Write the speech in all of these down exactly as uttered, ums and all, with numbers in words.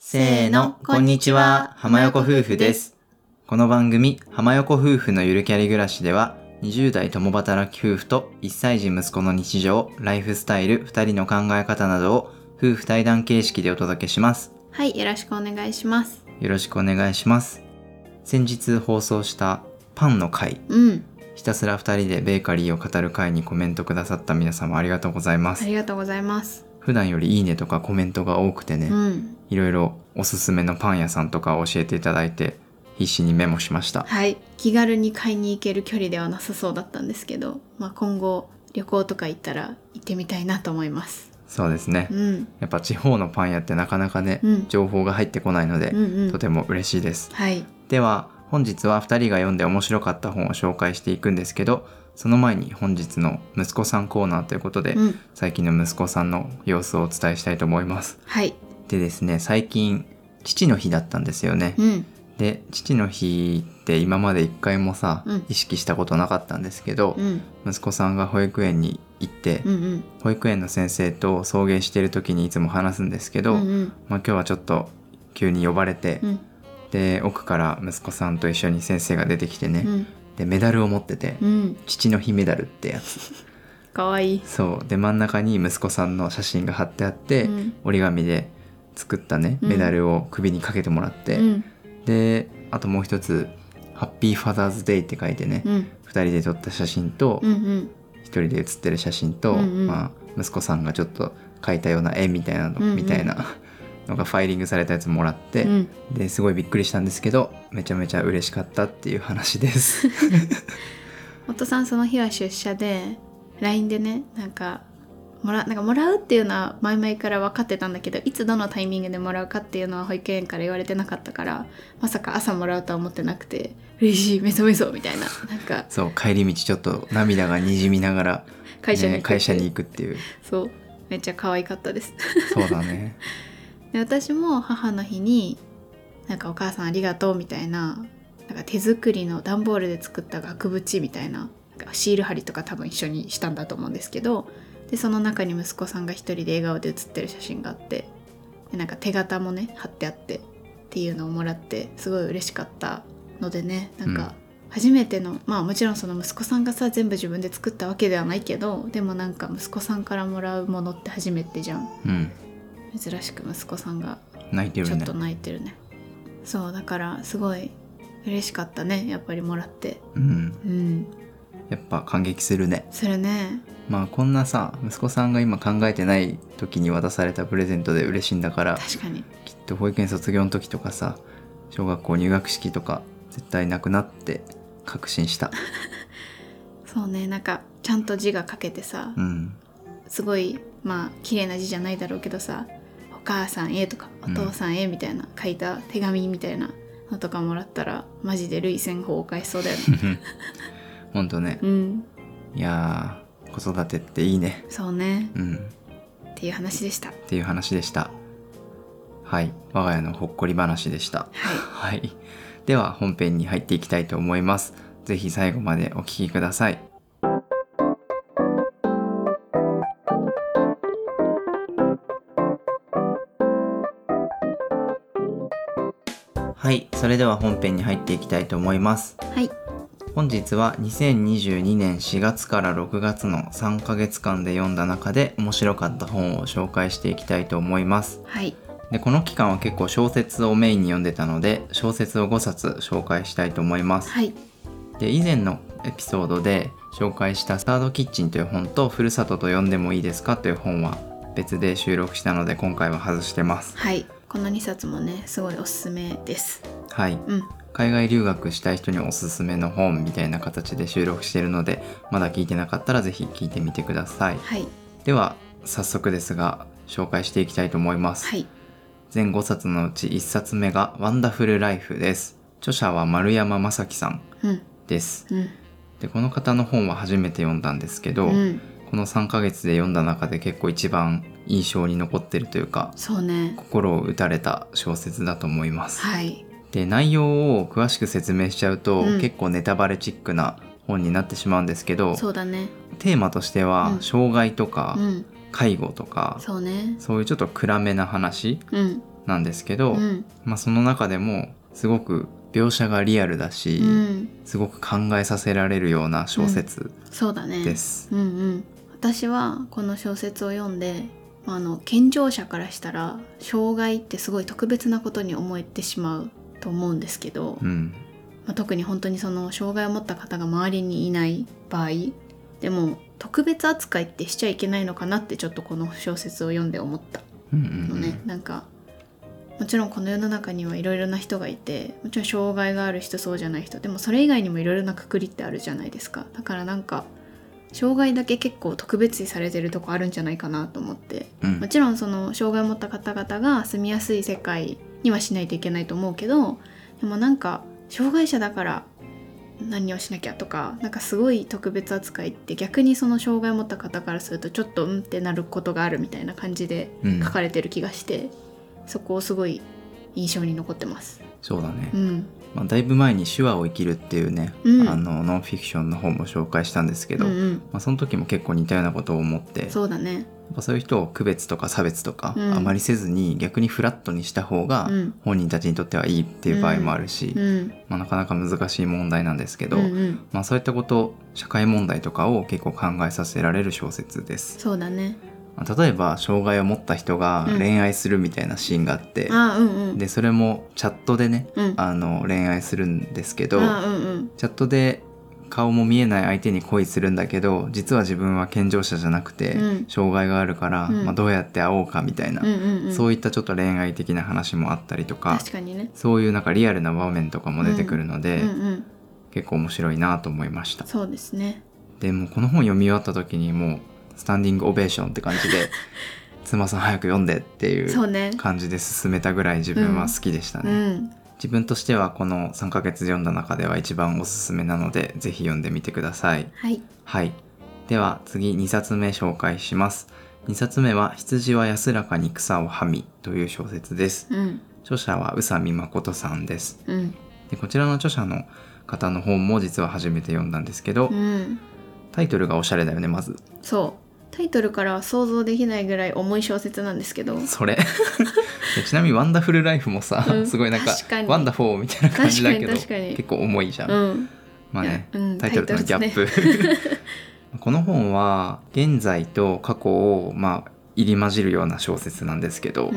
せーの、こんにちは、浜横夫婦です。この番組、浜横夫婦のゆるキャリ暮らしでは、にじゅう代共働き夫婦といっさい児息子の日常、ライフスタイル、ふたりの考え方などを夫婦対談形式でお届けします。 はい、よろしくお願いします。 よろしくお願いします。先日放送したパンの回、 うん、 ひたすらふたりでベーカリーを語る回にコメントくださった皆様ありがとうございます。 ありがとうございます。 普段よりいいねとかコメントが多くてね、 うん、 いろいろおすすめのパン屋さんとか教えていただいて必死にメモしました。 はい、気軽に買いに行ける距離ではなさそうだったんですけど、まあ、今後旅行とか行ったら行ってみたいなと思います。 そうですね、 うん、 やっぱ地方のパン屋ってなかなかね、 うん、 情報が入ってこないので、 うんうん、 とても嬉しいです。 はい、 では本日はふたりが読んで面白かった本を紹介していくんですけど、その前に本日の息子さんコーナーということで、 うん、 最近の息子さんの様子をお伝えしたいと思います。 はい、 でですね、最近父の日だったんですよね、 うん、 で父の日って今まで一回もさ、 うん、 意識したことなかったんですけど、 うん、 息子さんが保育園に行って、 うんうん、 保育園の先生と送迎してる時にいつも話すんですけど、 うんうん、 まあ、今日はちょっと急に呼ばれて、 うん、 で奥から息子さんと一緒に先生が出てきてね、 うん、 でメダルを持ってて、 うん、 父の日メダルってやつかわいい。 そうで真ん中に息子さんの写真が貼ってあって、うん、折り紙で作ったねメダルを首にかけてもらって、うん、であともう一つハッピーファザーズデイって書いてね、うん、ふたりで撮った写真と、うんうん、ひとりで写ってる写真と、うんうん、まあ、息子さんがちょっと描いたような絵みたいなの、うんうん、みたいなのがファイリングされたやつもらって、うん、ですごいびっくりしたんですけどめちゃめちゃ嬉しかったっていう話です夫さんその日は出社で ライン でねなんかもら、なんかもらうっていうのは前々から分かってたんだけど、いつどのタイミングでもらうかっていうのは保育園から言われてなかったから、まさか朝もらうとは思ってなくて、嬉しいメソメソみたいな、なんかそう帰り道ちょっと涙がにじみながら、ね、 会社に行く会社に行くっていう、 そうめっちゃ可愛かったですそうだねで私も母の日になんかお母さんありがとうみたいな、なんか手作りの段ボールで作った額縁みたいな、なんかシール貼りとか多分一緒にしたんだと思うんですけど、でその中に息子さんが一人で笑顔で写ってる写真があって、でなんか手形もね貼ってあってっていうのをもらってすごい嬉しかったのでね、なんか初めての、うん、まあもちろんその息子さんがさ全部自分で作ったわけではないけど、でもなんか息子さんからもらうものって初めてじゃん、うん、珍しく息子さんが泣いてるね、 ちょっと泣いてるね。そうだからすごい嬉しかったね、やっぱりもらって、 うん、うん、やっぱ感激するね。 するね。 まあこんなさ息子さんが今考えてない時に渡されたプレゼントで嬉しいんだから、 確かにきっと保育園卒業の時とかさ小学校入学式とか絶対なくなって確信したそうね、なんかちゃんと字が書けてさ、うん、すごいまあ綺麗な字じゃないだろうけどさ、お母さんへとかお父さんへみたいな、うん、書いた手紙みたいなのとかもらったらマジで涙腺崩壊しそうだよねほんとね、うん、いや子育てっていいね。 そうね、 うん、 っていう話でしたっていう話でした。はい、我が家のほっこり話でした。 はい、 はい、では本編に入っていきたいと思います。ぜひ最後までお聞きください。はい、それでは本編に入っていきたいと思います。 はい、 本日はにせんにじゅうにねんしがつからろくがつのさんかげつかんで読んだ中で面白かった本を紹介していきたいと思います。 はい、 でこの期間は結構小説をメインに読んでたので小説をごさつ紹介したいと思います。 はい、 で以前のエピソードで紹介したスタードキッチンという本とふるさとと読んでもいいですかという本は別で収録したので今回は外してます。 はい、このにさつもねすごいおすすめです。 はい、うん、海外留学したい人におすすめの本みたいな形で収録しているのでまだ聞いてなかったらぜひ聞いてみてください。 はい、 では早速ですが紹介していきたいと思います。 はい、 全ごさつのうちいっさつめがワンダフルライフです。著者は丸山正樹さんです、うんうん、でこの方の本は初めて読んだんですけど、うん、このさんかげつで読んだ中で結構一番印象に残ってるというか、 そうね、 心を打たれた小説だと思います。 はい、 で内容を詳しく説明しちゃうと、うん、結構ネタバレチックな本になってしまうんですけど、 そうだね、 テーマとしては、うん、障害とか、 うん、 介護とか、 そうね、 そういうちょっと暗めな話なんですけど、 うん、 まあ、その中でもすごく描写がリアルだし、 うん、 すごく考えさせられるような小説うん、そうだねです。 うんうん、私はこの小説を読んで、あの健常者からしたら障害ってすごい特別なことに思えてしまうと思うんですけど、 うんまあ、特に本当にその障害を持った方が周りにいない場合でも特別扱いってしちゃいけないのかなってちょっとこの小説を読んで思ったうんうんのね、なんかもちろんこの世の中にはいろいろな人がいて、もちろん障害がある人そうじゃない人でもそれ以外にもいろいろなくくりってあるじゃないですか。だからなんか障害だけ結構特別視されてるとこあるんじゃないかなと思って、 うん、 もちろんその障害を持った方々が住みやすい世界にはしないといけないと思うけど、でもなんか障害者だから何をしなきゃとか、なんかすごい特別扱いって逆にその障害を持った方からするとちょっとうんってなることがあるみたいな感じで書かれてる気がして、うん、そこをすごい印象に残ってます。 そうだね、 うんまあ、だいぶ前に手話を生きるっていうね、うん、あのノンフィクションの本も紹介したんですけど、うんうん、まあ、その時も結構似たようなことを思って、 そうだね、 やっぱそういう人を区別とか差別とかあまりせずに逆にフラットにした方が本人たちにとってはいいっていう場合もあるし、うんうん、まあ、なかなか難しい問題なんですけど、うんうん、まあ、そういったこと社会問題とかを結構考えさせられる小説です。 そうだね、 例えば障害を持った人が恋愛するみたいなシーンがあって、 うん、あ、うんうん、 でそれもチャットでね、うん、あの恋愛するんですけど、あ、うんうん、チャットで顔も見えない相手に恋するんだけど実は自分は健常者じゃなくて、うん、障害があるから、うん、まあ、どうやって会おうかみたいな、うんうんうん、そういったちょっと恋愛的な話もあったりとか、 確かにね、 そういうなんかリアルな場面とかも出てくるので、 うんうんうん、 結構面白いなと思いました。 そうですね。 でもこの本読み終わった時にもうスタンディングオベーションって感じで妻さん早く読んでっていう感じで進めたぐらい自分は好きでしたね、うんうん、自分としてはこのさんかげつで読んだ中では一番おすすめなのでぜひ読んでみてください。 はい、 はい、では次にさつめ紹介します。にさつめは羊は安らかに草をはみという小説です、うん、著者は宇佐美誠さんです、うん、でこちらの著者の方の本も実は初めて読んだんですけど、うん、タイトルがおしゃれだよね。まずそうタイトルからは想像できないぐらい重い小説なんですけど、 それちなみにワンダフルライフもさ、うん、すごいなんかワンダフォーみたいな感じだけど結構重いじゃん、うん、まあね、うん、タイトルとのギャップ、ね、この本は現在と過去をまあ入り混じるような小説なんですけど、うん、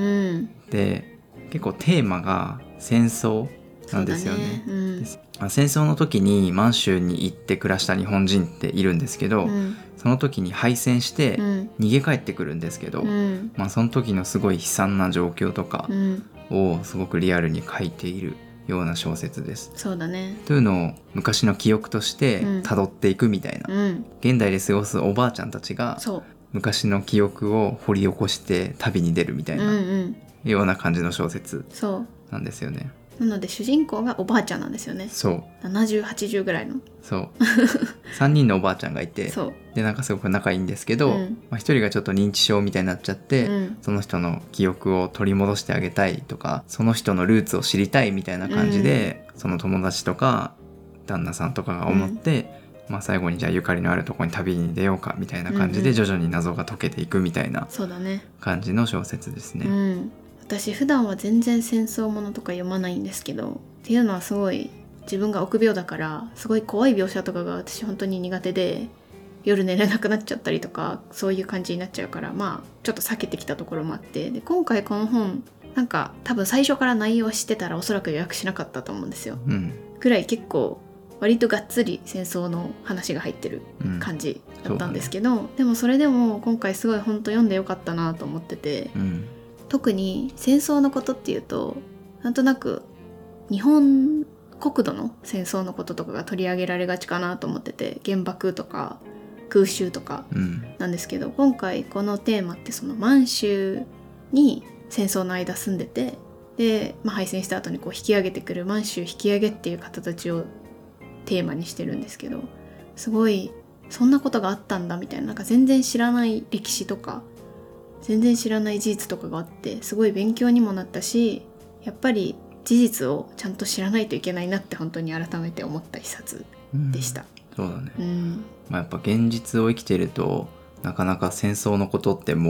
で結構テーマが戦争なんですよね。うん、戦争の時に満州に行って暮らした日本人っているんですけど、うん、その時に敗戦して逃げ帰ってくるんですけど、うん、まあ、その時のすごい悲惨な状況とかをすごくリアルに書いているような小説です。 そうだね。 というのを昔の記憶として辿っていくみたいな、うん、現代で過ごすおばあちゃんたちが昔の記憶を掘り起こして旅に出るみたいな、うんうん、ような感じの小説なんですよね。 なので主人公がおばあちゃんなんですよね。 そうななじゅうはちじゅうぐらいのそうさんにんのおばあちゃんがいて、そうでなんかすごく仲いいんですけど、うん、まあ、ひとりがちょっと認知症みたいになっちゃって、うん、その人の記憶を取り戻してあげたいとかその人のルーツを知りたいみたいな感じで、うん、その友達とか旦那さんとかが思って、うん、まあ、最後にじゃあゆかりのあるところに旅に出ようかみたいな感じで徐々に謎が解けていくみたいな感じの小説ですね。 うん、私普段は全然戦争ものとか読まないんですけど、っていうのはすごい自分が臆病だからすごい怖い描写とかが私本当に苦手で夜寝れなくなっちゃったりとかそういう感じになっちゃうから、まあちょっと避けてきたところもあって、で今回この本なんか多分最初から内容は知ってたらおそらく予約しなかったと思うんですよ、うん、くらい結構割とがっつり戦争の話が入ってる感じだったんですけど、うんね、でもそれでも今回すごい本当読んでよかったなと思ってて、うん、特に戦争のことっていうとなんとなく日本国土の戦争のこととかが取り上げられがちかなと思ってて、原爆とか空襲とかなんですけど、うん、今回このテーマってその満州に戦争の間住んでて、で、まあ、敗戦した後にこう引き上げてくる満州引き上げっていう形をテーマにしてるんですけど、すごいそんなことがあったんだみたいな、なんか全然知らない歴史とか全然知らない事実とかがあってすごい勉強にもなったし、やっぱり事実をちゃんと知らないといけないなって本当に改めて思った一冊でした、 うん、そうだね、うん、まあ、やっぱ現実を生きてるとなかなか戦争のことってもう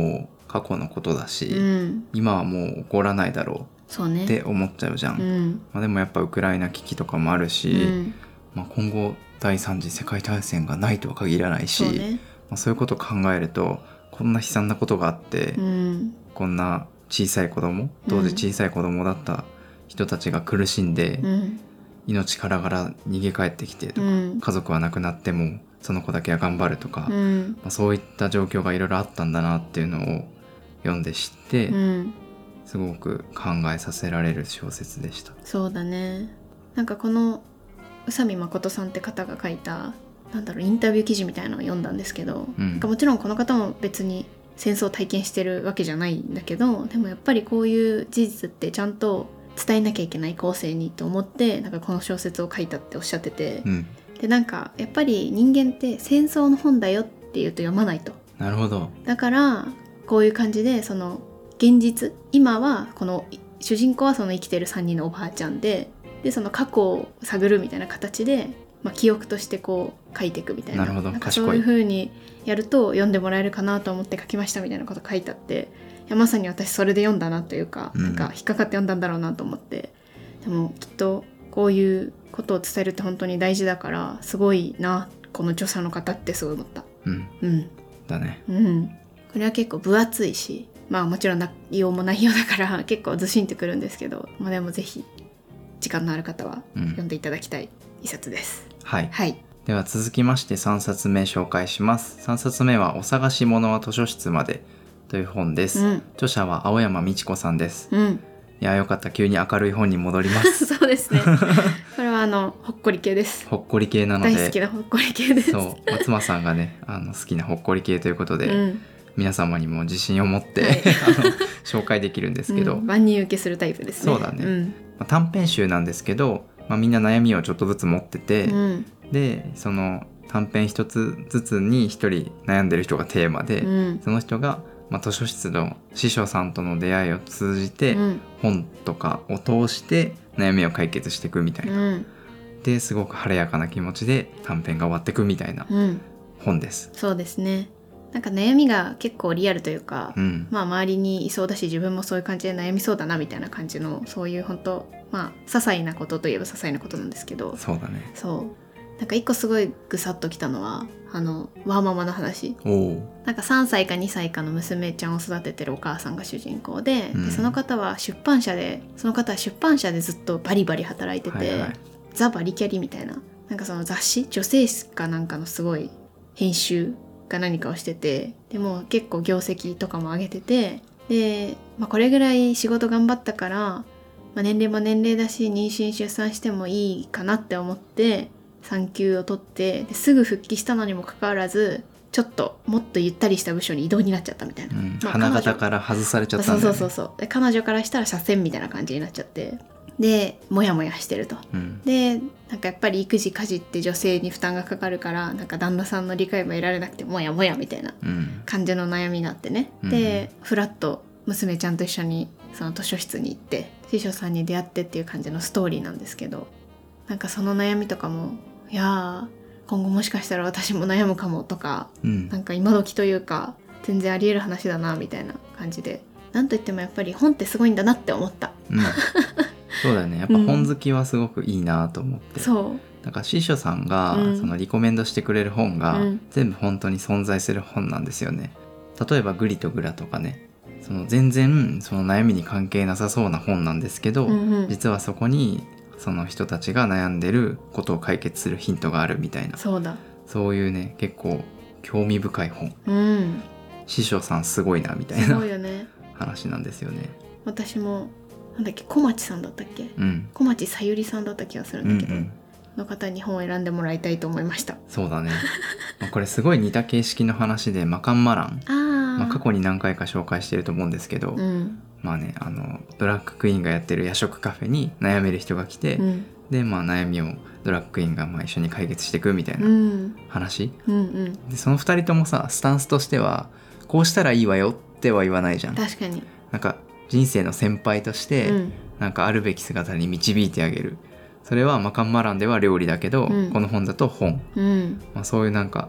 過去のことだし、 うん、 今はもう起こらないだろそうねうって思っちゃうじゃん、 うんまあ、でもやっぱウクライナ危機とかもあるし、 うんまあ、今後第三次世界大戦がないとは限らないし、 そうね、 まあ、そういうことを考えるとこんな悲惨なことがあって、 うん、 こんな小さい子供当時小さい子供だった人たちが苦しんで、 うん、 命からがら逃げ帰ってきてとか、 うん、 家族は亡くなってもその子だけは頑張るとか、 うんまあ、そういった状況がいろいろあったんだなっていうのを読んで知って、 うん、 すごく考えさせられる小説でした。 そうだね。なんかこの宇佐美誠さんって方が書いたなんだろうインタビュー記事みたいなのを読んだんですけど、 うん、 なんかもちろんこの方も別に戦争を体験してるわけじゃないんだけど、でもやっぱりこういう事実ってちゃんと伝えなきゃいけない後世にと思ってなんかこの小説を書いたっておっしゃってて、 うん、 でなんかやっぱり人間って戦争の本だよって言うと読まないと。 なるほど。 だからこういう感じでその現実今はこの主人公はその生きてるさんにんのおばあちゃんで、でその過去を探るみたいな形で、まあ、記憶としてこう書いていくみたいな、 なるほど、 なんかそういう風にやると読んでもらえるかなと思って書きましたみたいなこと書いてあって、いやまさに私それで読んだなというか、うん、なんか引っかかって読んだんだろうなと思って、でもきっとこういうことを伝えるって本当に大事だからすごいなこの著者の方ってすごい思った。 うん、 うん、 だね。 うん、これは結構分厚いし、まあもちろん内容も内容だから結構ずしんってくるんですけど、まあ、でもぜひ時間のある方は読んでいただきたい一冊です、 うん、はい、 はい、 では続きましてさんさつめ紹介します。さんさつめはお探し物は図書室までという本です、うん、著者は青山美智子さんです、うん、いやよかった、急に明るい本に戻りますそうですねこれはあのほっこり系です。 ほっこり系なので大好きなほっこり系です。 そう松間さんがねあの好きなほっこり系ということで、うん、皆様にも自信を持って、はい、あの紹介できるんですけど、 うん、万人受けするタイプですね。 そうだね、 うんまあ、短編集なんですけど、まあ、みんな悩みをちょっとずつ持ってて、うん、でその短編一つずつに一人悩んでる人がテーマで、うん、その人が、まあ、図書室の司書さんとの出会いを通じて、うん、本とかを通して悩みを解決していくみたいな、うん、ですごく晴れやかな気持ちで短編が終わっていくみたいな本です、 うん、そうですね。なんか悩みが結構リアルというか、うん、まあ周りにいそうだし自分もそういう感じで悩みそうだなみたいな感じの、そういう本当まあ些細なことといえば些細なことなんですけど、 そうだね。 そうなんか一個すごいぐさっときたのはあのワーママの話。 おなんかさんさいかにさいかの娘ちゃんを育ててるお母さんが主人公 で,、うん、でその方は出版社でその方は出版社でずっとバリバリ働いてて、はいはい、ザ・バリキャリみたいな、なんかその雑誌女性誌かなんかのすごい編集か何かをしてて、でも結構業績とかも上げてて、で、まあ、これぐらい仕事頑張ったから、まあ、年齢も年齢だし妊娠出産してもいいかなって思って産休を取って、ですぐ復帰したのにもかかわらずちょっともっとゆったりした部署に異動になっちゃったみたいな、 うんまあ、花形から外されちゃったんだよね。 そうそうそうそう。で彼女からしたら斜線みたいな感じになっちゃって、でモヤモヤしてると、うん、でなんかやっぱり育児家事って女性に負担がかかるから、なんか旦那さんの理解も得られなくてモヤモヤみたいな感じの悩みがあってね、うん、でフラッと娘ちゃんと一緒にその図書室に行って司書さんに出会ってっていう感じのストーリーなんですけど、なんかその悩みとかも、いや今後もしかしたら私も悩むかもとか、うん、なんか今時というか全然あり得る話だなみたいな感じで、なんといってもやっぱり本ってすごいんだなって思った、うんそうだよね。やっぱ本好きはすごくいいなと思って、うん、 そうなんか司書さんがそのリコメンドしてくれる本が全部本当に存在する本なんですよね。例えばグリとグラとかね、その全然その悩みに関係なさそうな本なんですけど、うんうん、実はそこにその人たちが悩んでることを解決するヒントがあるみたいな、 そうだ、そういうね結構興味深い本、 うん、 司書さんすごいなみたいなすごいよね話なんですよね。 私もなんだっけ小町さんだったっけ、うん、小町さゆりさんだった気がするんだけど、うんうん、の方に本を選んでもらいたいと思いました。 そうだねこれすごい似た形式の話でマカンマラン、あ、まあ、過去に何回か紹介してると思うんですけど、うん、まあねあのドラッグクイーンがやってる夜食カフェに悩める人が来て、うん、でまあ悩みをドラッグクイーンがまあ一緒に解決していくみたいな話、うんうんうん、でそのふたりともさスタンスとしてはこうしたらいいわよっては言わないじゃん。 確かになんか人生の先輩として、うん、なんかあるべき姿に導いてあげる。それはマカンマランでは料理だけど、うん、この本だと本、うんまあ、そういうなんか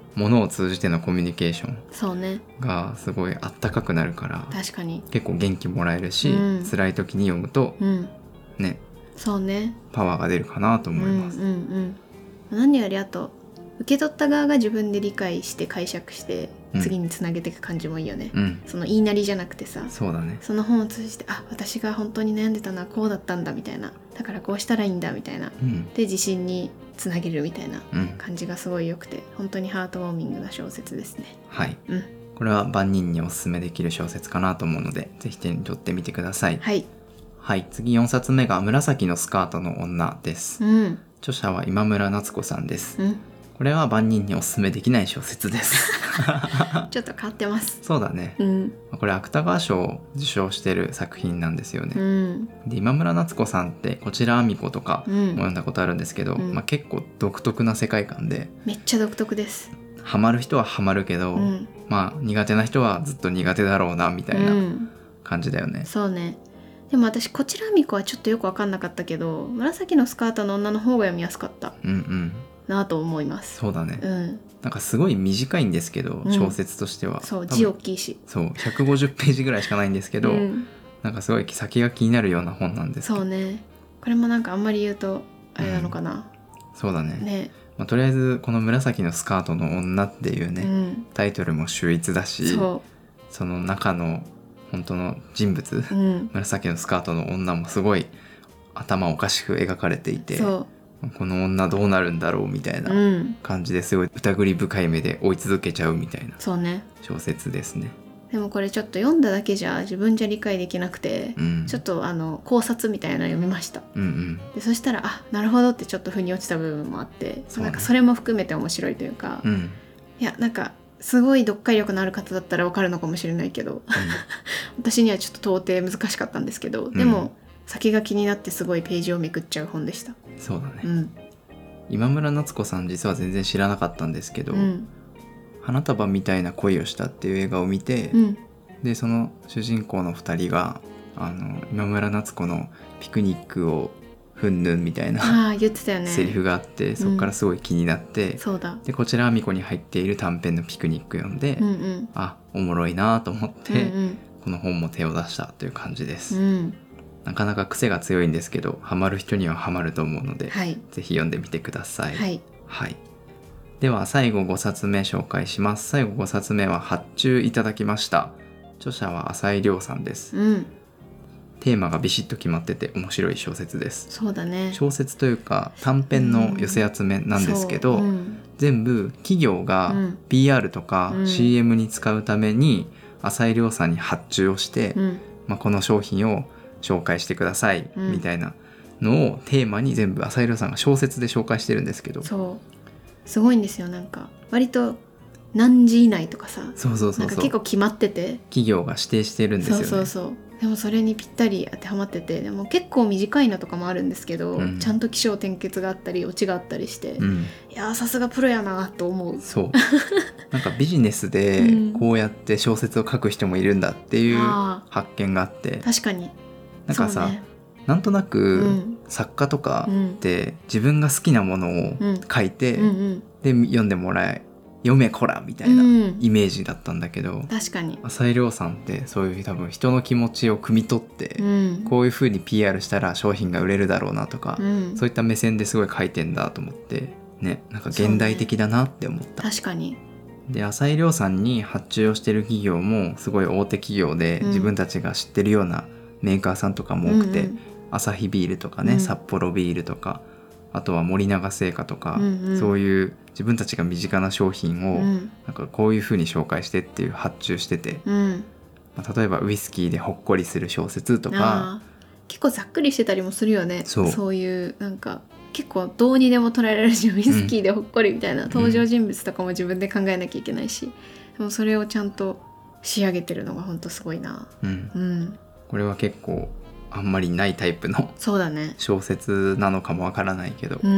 物を通じてのコミュニケーションそうねがすごいあったかくなるから確かに結構元気もらえるし、 うん、 辛い時に読むと、 うん、 ねそうねパワーが出るかなと思います、 うんうんうん、何よりあと受け取った側が自分で理解して解釈して次につなげていく感じもいいよね、 うん、 その言いなりじゃなくてさそうだねその本を通じてあ私が本当に悩んでたのはこうだったんだみたいなだからこうしたらいいんだみたいな、 うん、 で自信につなげるみたいなうん感じがすごい良くて本当にハートウォーミングな小説ですね。 はい、 うん、 これは万人におすすめできる小説かなと思うのでぜひ手に取ってみてください。 はい、 はい、次よんさつめが紫のスカートの女です、 うん、 著者は今村夏子さんです、 うん、 これは万人におすすめできない小説ですちょっと変わってます。 そうだね、 うん、 これ芥川賞を受賞してる作品なんですよね、 うん、 で今村夏子さんってこちらあみ子とかうんも読んだことあるんですけど、 うんまあ、結構独特な世界観でめっちゃ独特です。 ハマる人はハマるけど、 うん、 まあ苦手な人はずっと苦手だろうなみたいなうん感じだよね、 そうね。でも私こちらあみ子はちょっとよく分かんなかったけど紫のスカートの女の方が読みやすかったうんうんなと思います。 そうだね、 うん、 なんかすごい短いんですけど、 うん小説としてはそう多分字大きいしそうひゃくごじゅっページぐらいしかないんですけど、 うんなんかすごい先が気になるような本なんですけどそうね。これもなんかあんまり言うとあれなのかな、 そうだねね、 まあ、とりあえずこの紫のスカートの女っていうね、 うん、 タイトルも秀逸だしそその中の本当の人物、 う、うん、 紫のスカートの女もすごい頭おかしく描かれていてそこの女どうなるんだろうみたいうなうん感じですごい疑り深い目で追い続けちゃうみたいなそうね。 小説ですね。 でもこれちょっと読んだだけじゃ自分じゃ理解できなくて、 うん、 ちょっとあの考察みたいなの読みました。 うんうんでそしたらあなるほどってちょっと腑に落ちた部分もあって、 そうねなんかそれも含めて面白いというか、 うんうんいやなんかすごい読解力のある方だったら分かるのかもしれないけど私にはちょっと到底難しかったんですけど、でも、 うん、 先が気になってすごいページをめくっちゃう本でした。 そうだね、 うん、 今村夏子さん実は全然知らなかったんですけど、 うん、 花束みたいな恋をしたっていう映画を見て、 うん、 でその主人公のふたりがあの今村夏子のピクニックをふんぬんみたいなああ言ってたよね。 セリフがあってそこからすごい気になって、 そうだ。 でこちらあみ子に入っている短編のピクニック読んで、 うんうん、 あおもろいなと思って、 うんこの本も手を出したという感じです、 うんうん、 なかなか癖が強いんですけどハマる人にはハマると思うので、 はい、 ぜひ読んでみてください。 はい、 はい、では最後ごさつめ紹介します。最後ごさつめは発注いただきました。著者は浅井亮さんです、 うん、 テーマがビシッと決まってて面白い小説です。 そうだね。 小説というか短編の寄せ集めなんですけど、 うん、 全部企業が ピーアール とか シーエム に使うために浅井亮さんに発注をして、 うんまあ、この商品を紹介してくださいみたいなのをテーマに全部浅井亮さんが小説で紹介してるんですけど、 そうすごいんですよ。なんか割と何時以内とかさ、 そうそうそうそう、 なんか結構決まってて企業が指定してるんですよね。 そうそうそう。でもそれにぴったり当てはまってて、でも結構短いのとかもあるんですけど、うん、ちゃんと起承転結があったりオチがあったりして、うん、いやさすがプロやなと思う。 そうなんかビジネスでこうやって小説を書く人もいるんだっていう発見があって、うん、 確かになんかさ、ね、なんとなく作家とかって自分が好きなものを書いて、うんうんうん、で読んでもらえ読めこらみたいなイメージだったんだけど、 うん、確かに浅井亮さんってそういう多分人の気持ちを汲み取って、うん、こういう風に ピーアール したら商品が売れるだろうなとか、うん、そういった目線ですごい書いてんだと思ってね、なんか現代的だなって思った、 ね、確かに。 で浅井亮さんに発注をしてる企業もすごい大手企業で、うん、自分たちが知ってるようなメーカーさんとかも多くて、うんうん、アサヒビールとかね、うん、札幌ビールとかあとは森永製菓とか、うんうん、そういう自分たちが身近な商品を、うん、なんかこういう風に紹介してっていう発注してて、うんまあ、例えばウイスキーでほっこりする小説とか結構ざっくりしてたりもするよね。そう、そういうなんか結構どうにでも捉えられるし、ウイスキーでほっこりみたいな、うん、登場人物とかも自分で考えなきゃいけないし、でもそれをちゃんと仕上げてるのが本当すごいな、 うんうん、これは結構あんまりないタイプのそうだね小説なのかもわからないけど、うん、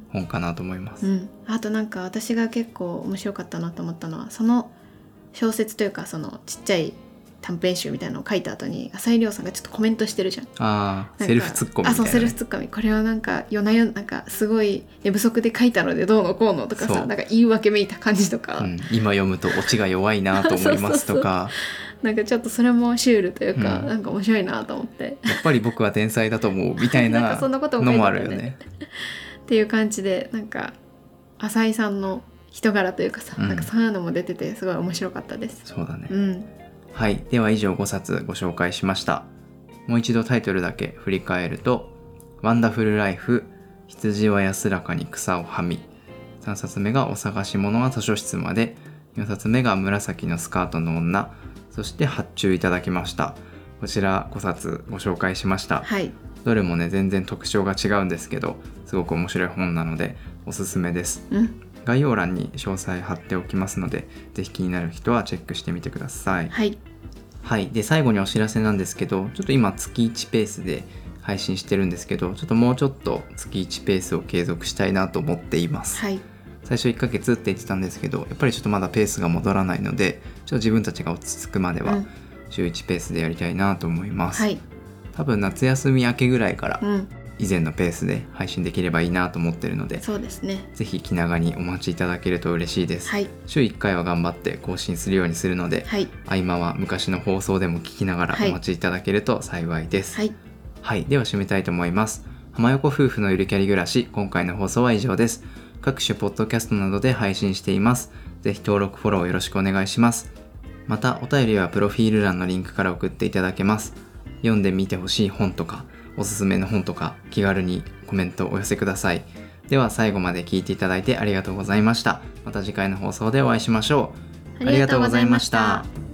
本かなと思います、うん、 あとなんか私が結構面白かったなと思ったのは、その小説というかそのちっちゃい短編集みたいなのを書いた後に浅井亮さんがちょっとコメントしてるじゃん。 ああセルフツッコミみたいな、ね、 あそうセルフツッコミ、これはなんか夜な夜なんかすごい寝不足で書いたのでどうのこうのとかさ、なんか言い訳めいた感じとか、 うん、今読むとオチが弱いなと思いますとかそうそうそうなんかちょっとそれもシュールというか、うん、なんか面白いなと思って、 やっぱり僕は天才だと思うみたいなのもあるよねっていう感じで、なんか浅井さんの人柄というかさ、うん、なんかそういうのも出ててすごい面白かったです。 そうだね、 うん、 はい、では以上ごさつご紹介しました。もう一度タイトルだけ振り返ると、ワンダフルライフ、羊は安らかに草をはみ、さんさつめがお探し物は図書室まで、よんさつめが紫のスカートの女、そして発注いただきました。こちらごさつご紹介しました、 はい、 どれもね全然特徴が違うんですけどすごく面白い本なのでおすすめです、 うん、 概要欄に詳細貼っておきますので、ぜひ気になる人はチェックしてみてください。 はい、 はい、で最後にお知らせなんですけど、ちょっと今月いちペースで配信してるんですけど、ちょっともうちょっと月いちペースを継続したいなと思っています、 はい、 最初いっかげつって言ってたんですけど、やっぱりちょっとまだペースが戻らないので、ちょっと自分たちが落ち着くまでは週いちペースでやりたいなと思います、 はい、 多分夏休み明けぐらいからうん以前のペースで配信できればいいなと思ってるので、 そうですね、 ぜひ気長にお待ちいただけると嬉しいです、 はい、 週いっかいは頑張って更新するようにするので、 はい、 合間は昔の放送でも聞きながらお待ちいただけると幸いです。 はい、 はい、では締めたいと思います。浜横夫婦のゆるキャリ暮らし、今回の放送は以上です。各種ポッドキャストなどで配信しています。ぜひ登録フォローよろしくお願いします。またお便りはプロフィール欄のリンクから送っていただけます。読んでみてほしい本とかおすすめの本とか気軽にコメントをお寄せください。では最後まで聞いていただいてありがとうございました。また次回の放送でお会いしましょう。ありがとうございました。